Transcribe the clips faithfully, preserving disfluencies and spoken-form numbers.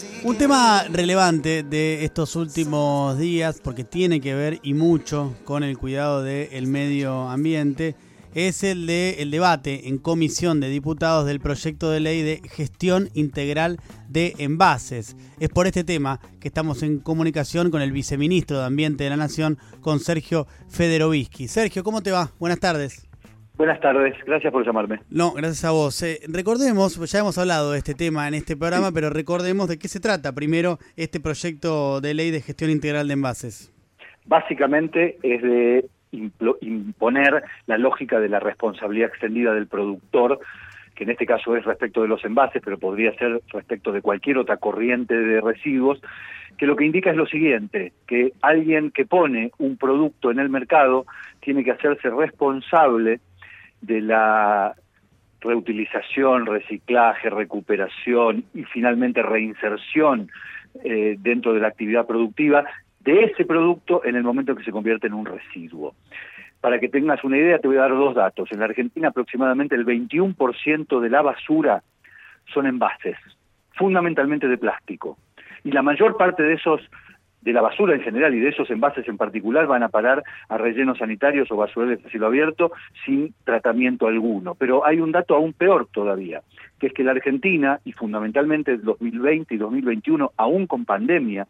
Un tema relevante de estos últimos días, porque tiene que ver y mucho con el cuidado del medio ambiente, es el de el debate en comisión de diputados del proyecto de ley de gestión integral de envases. Es por este tema que estamos en comunicación con el viceministro de Ambiente de la Nación, con Sergio Federovisky. Sergio, ¿cómo te va? Buenas tardes. Buenas tardes, gracias por llamarme. No, gracias a vos. Eh, recordemos, ya hemos hablado de este tema en este programa, sí. Pero recordemos de qué se trata primero este proyecto de ley de gestión integral de envases. Básicamente es de imponer la lógica de la responsabilidad extendida del productor, que en este caso es respecto de los envases, pero podría ser respecto de cualquier otra corriente de residuos, que lo que indica es lo siguiente, que alguien que pone un producto en el mercado tiene que hacerse responsable de la reutilización, reciclaje, recuperación y finalmente reinserción eh, dentro de la actividad productiva de ese producto en el momento que se convierte en un residuo. Para que tengas una idea, te voy a dar dos datos. En la Argentina aproximadamente el veintiuno por ciento de la basura son envases, fundamentalmente de plástico. Y la mayor parte de esos, de la basura en general y de esos envases en particular, van a parar a rellenos sanitarios o basureros de cielo abierto sin tratamiento alguno. Pero hay un dato aún peor todavía, que es que la Argentina, y fundamentalmente dos mil veinte y dos mil veintiuno, aún con pandemia,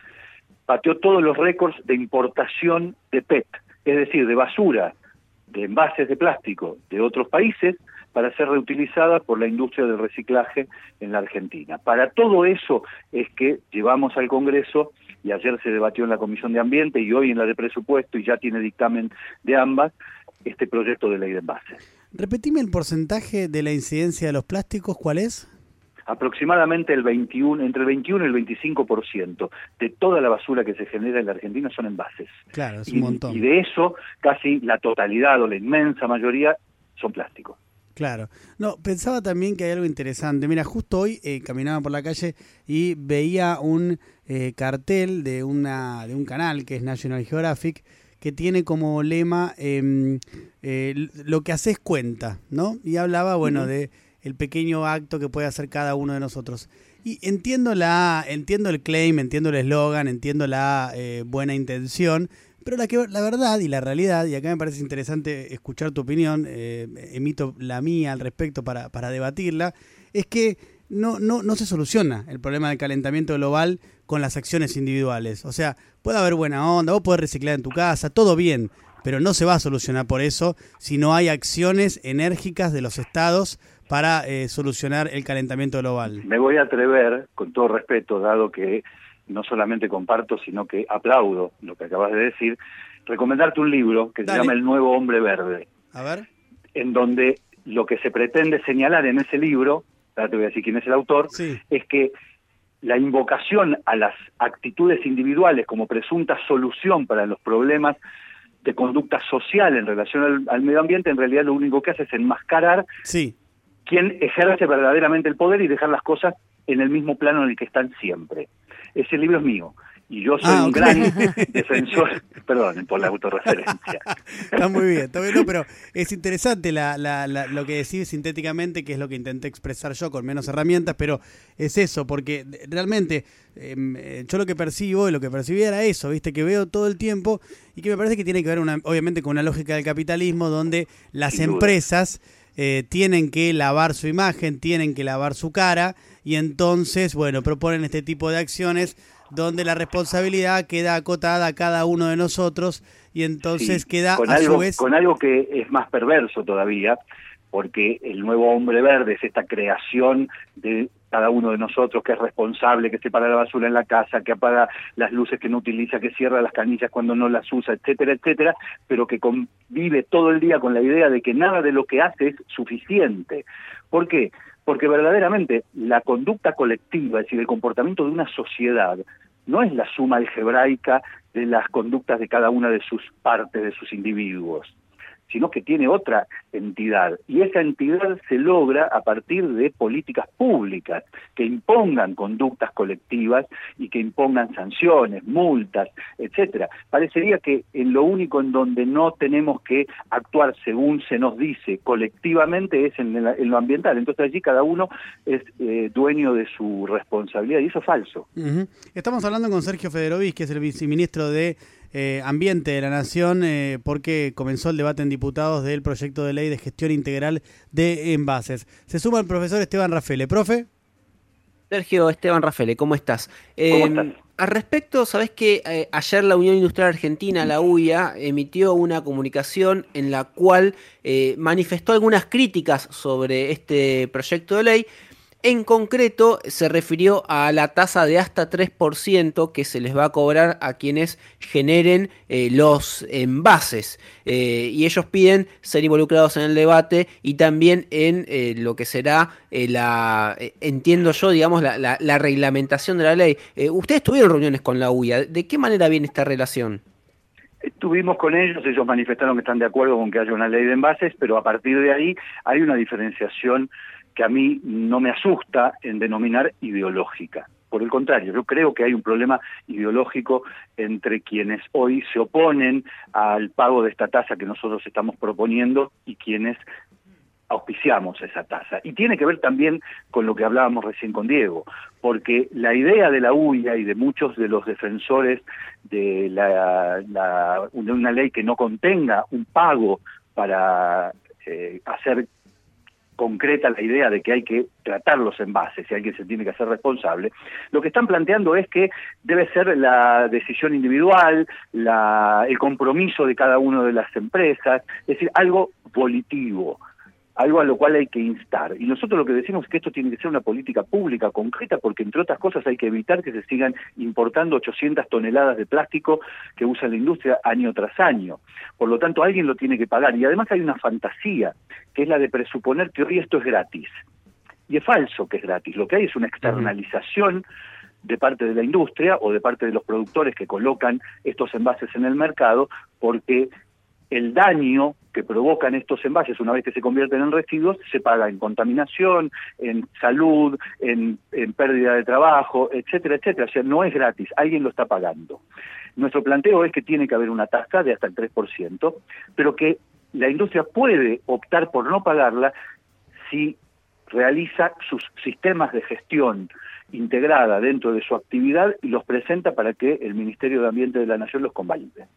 pateó todos los récords de importación de P E T, es decir, de basura, de envases de plástico de otros países para ser reutilizada por la industria del reciclaje en la Argentina. Para todo eso es que llevamos al Congreso, y ayer se debatió en la Comisión de Ambiente y hoy en la de Presupuesto, y ya tiene dictamen de ambas, este proyecto de ley de envases. Repetime el porcentaje de la incidencia de los plásticos, ¿cuál es? Aproximadamente el veintiuno, entre el veintiuno y el veinticinco por ciento de toda la basura que se genera en la Argentina son envases. Claro, es y, un montón. Y de eso, casi la totalidad o la inmensa mayoría son plásticos. Claro. No, pensaba también que hay algo interesante. Mira, justo hoy eh, caminaba por la calle y veía un eh, cartel de una de un canal que es National Geographic, que tiene como lema eh, eh, lo que haces cuenta, ¿no? Y hablaba, bueno, uh-huh. de el pequeño acto que puede hacer cada uno de nosotros. Y entiendo la, entiendo el claim, entiendo el eslogan, entiendo la eh, buena intención, pero la, que, la verdad y la realidad, y acá me parece interesante escuchar tu opinión, eh, emito la mía al respecto para, para debatirla, es que no, no, no se soluciona el problema del calentamiento global con las acciones individuales. O sea, puede haber buena onda, vos podés reciclar en tu casa, todo bien, pero no se va a solucionar por eso si no hay acciones enérgicas de los estados para eh, solucionar el calentamiento global. Me voy a atrever, con todo respeto, dado que no solamente comparto, sino que aplaudo lo que acabas de decir, recomendarte un libro que Dale. se llama El Nuevo Hombre Verde. A ver. En donde lo que se pretende señalar en ese libro, ahora te voy a decir quién es el autor, sí. es que la invocación a las actitudes individuales como presunta solución para los problemas de conducta social en relación al, al medio ambiente, en realidad lo único que hace es enmascarar sí. quien ejerce verdaderamente el poder y dejar las cosas en el mismo plano en el que están siempre. Ese libro es mío, y yo soy ah, un okay. gran defensor, perdón por la autorreferencia. Está muy bien, está bien, no, pero es interesante la, la, la, lo que decís sintéticamente, que es lo que intenté expresar yo con menos herramientas, pero es eso, porque realmente eh, yo lo que percibo y lo que percibí era eso, viste, que veo todo el tiempo y que me parece que tiene que ver una, obviamente con una lógica del capitalismo donde las Sin empresas eh, tienen que lavar su imagen, tienen que lavar su cara y entonces, bueno, proponen este tipo de acciones donde la responsabilidad queda acotada a cada uno de nosotros y entonces sí, queda con a algo, su vez... con algo que es más perverso todavía, porque el nuevo hombre verde es esta creación de cada uno de nosotros que es responsable, que separa la basura en la casa, que apaga las luces que no utiliza, que cierra las canillas cuando no las usa, etcétera, etcétera, pero que convive todo el día con la idea de que nada de lo que hace es suficiente. ¿Por qué? Porque verdaderamente la conducta colectiva, es decir, el comportamiento de una sociedad, no es la suma algebraica de las conductas de cada una de sus partes, de sus individuos. sino que tiene otra entidad. Y esa entidad se logra a partir de políticas públicas que impongan conductas colectivas y que impongan sanciones, multas, etcétera. Parecería que en lo único en donde no tenemos que actuar según se nos dice colectivamente es en, la, en lo ambiental. Entonces allí cada uno es eh, dueño de su responsabilidad y eso es falso. Uh-huh. Estamos hablando con Sergio Federovic, que es el viceministro de eh, Ambiente de la Nación, eh, porque comenzó el debate en diputados del proyecto de ley de gestión integral de envases. Se suma el profesor Esteban Rafele. Profe. Sergio, Esteban Rafele, ¿cómo estás? ¿Cómo estás? Eh, al respecto, sabés que eh, ayer la Unión Industrial Argentina, la U I A, emitió una comunicación en la cual eh, manifestó algunas críticas sobre este proyecto de ley. En concreto, se refirió a la tasa de hasta tres por ciento que se les va a cobrar a quienes generen eh, los envases. Eh, y ellos piden ser involucrados en el debate y también en eh, lo que será, eh, la eh, entiendo yo, digamos, la, la, la reglamentación de la ley. Eh, ustedes tuvieron reuniones con la U I A. ¿De qué manera viene esta relación? Estuvimos con ellos, ellos manifestaron que están de acuerdo con que haya una ley de envases, pero a partir de ahí hay una diferenciación que a mí no me asusta en denominar ideológica. Por el contrario, yo creo que hay un problema ideológico entre quienes hoy se oponen al pago de esta tasa que nosotros estamos proponiendo y quienes auspiciamos esa tasa. Y tiene que ver también con lo que hablábamos recién con Diego, porque la idea de la U I A y de muchos de los defensores de, la, la, de una ley que no contenga un pago para eh, hacer concreta la idea de que hay que tratar los envases y alguien se tiene que hacer responsable, lo que están planteando es que debe ser la decisión individual, la, el compromiso de cada una de las empresas, es decir, algo volitivo, algo a lo cual hay que instar. Y nosotros lo que decimos es que esto tiene que ser una política pública concreta porque, entre otras cosas, hay que evitar que se sigan importando ochocientas toneladas de plástico que usa la industria año tras año. Por lo tanto, alguien lo tiene que pagar. Y además hay una fantasía, que es la de presuponer que hoy esto es gratis. Y es falso que es gratis. Lo que hay es una externalización de parte de la industria o de parte de los productores que colocan estos envases en el mercado, porque el daño que provocan estos envases una vez que se convierten en residuos se paga en contaminación, en salud, en, en pérdida de trabajo, etcétera, etcétera. O sea, no es gratis, alguien lo está pagando. Nuestro planteo es que tiene que haber una tasa de hasta el tres por ciento, pero que la industria puede optar por no pagarla si realiza sus sistemas de gestión integrada dentro de su actividad y los presenta para que el Ministerio de Ambiente de la Nación los convalide.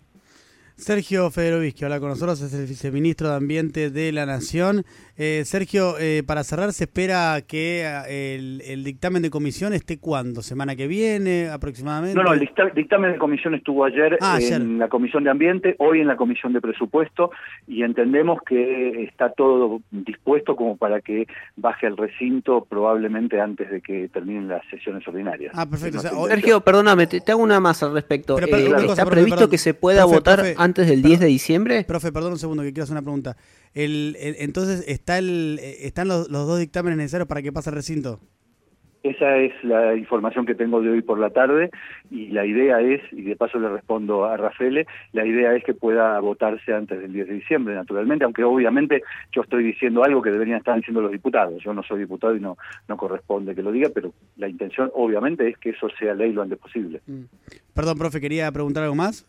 Sergio Federovic, que habla con nosotros, es el viceministro de Ambiente de la Nación. Eh, Sergio, eh, para cerrar, ¿se espera que el, el dictamen de comisión esté cuándo? ¿Semana que viene aproximadamente? No, no, el dicta- dictamen de comisión estuvo ayer ah, en ayer. la Comisión de Ambiente, hoy en la Comisión de Presupuesto, y entendemos que está todo dispuesto como para que baje al recinto probablemente antes de que terminen las sesiones ordinarias. Ah, perfecto. O sea, hoy... Sergio, perdóname, te, te hago una más al respecto. Pero, pero, eh, cosa, ¿Está profe, previsto perdón. que se pueda profe, votar profe, antes del perdón, diez de diciembre? Profe, perdón un segundo, que quiero hacer una pregunta. El, el, entonces, ¿está el, ¿están los, los dos dictámenes necesarios para que pase al recinto? Esa es la información que tengo de hoy por la tarde y la idea es, y de paso le respondo a Rafele, la idea es que pueda votarse antes del diez de diciembre, naturalmente, aunque obviamente yo estoy diciendo algo que deberían estar diciendo los diputados. Yo no soy diputado y no, no corresponde que lo diga, pero la intención obviamente es que eso sea ley lo antes posible. Mm. Perdón, profe, ¿quería preguntar algo más?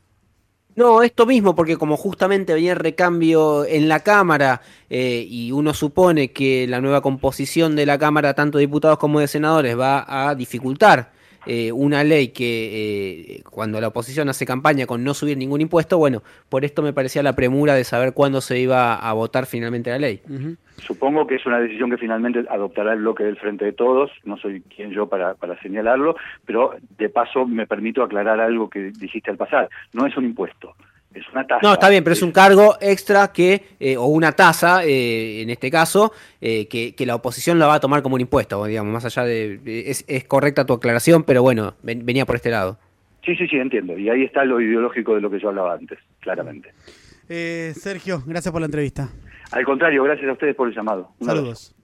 No, esto mismo, porque como justamente venía el recambio en la Cámara eh, y uno supone que la nueva composición de la Cámara, tanto de diputados como de senadores, va a dificultar eh, una ley que eh, cuando la oposición hace campaña con no subir ningún impuesto, bueno, por esto me parecía la premura de saber cuándo se iba a votar finalmente la ley. Uh-huh. Supongo que es una decisión que finalmente adoptará el bloque del Frente de Todos, no soy quien yo para, para señalarlo, pero de paso me permito aclarar algo que dijiste al pasar, no es un impuesto, es una tasa. No, está bien, pero es un cargo extra que, eh, o una tasa, eh, en este caso, eh, que, que la oposición la va a tomar como un impuesto, digamos, más allá de... Es, es correcta tu aclaración, pero bueno, ven, venía por este lado. Sí, sí, sí, entiendo, y ahí está lo ideológico de lo que yo hablaba antes, claramente. Eh, Sergio, gracias por la entrevista. Al contrario, gracias a ustedes por el llamado. Un Saludos.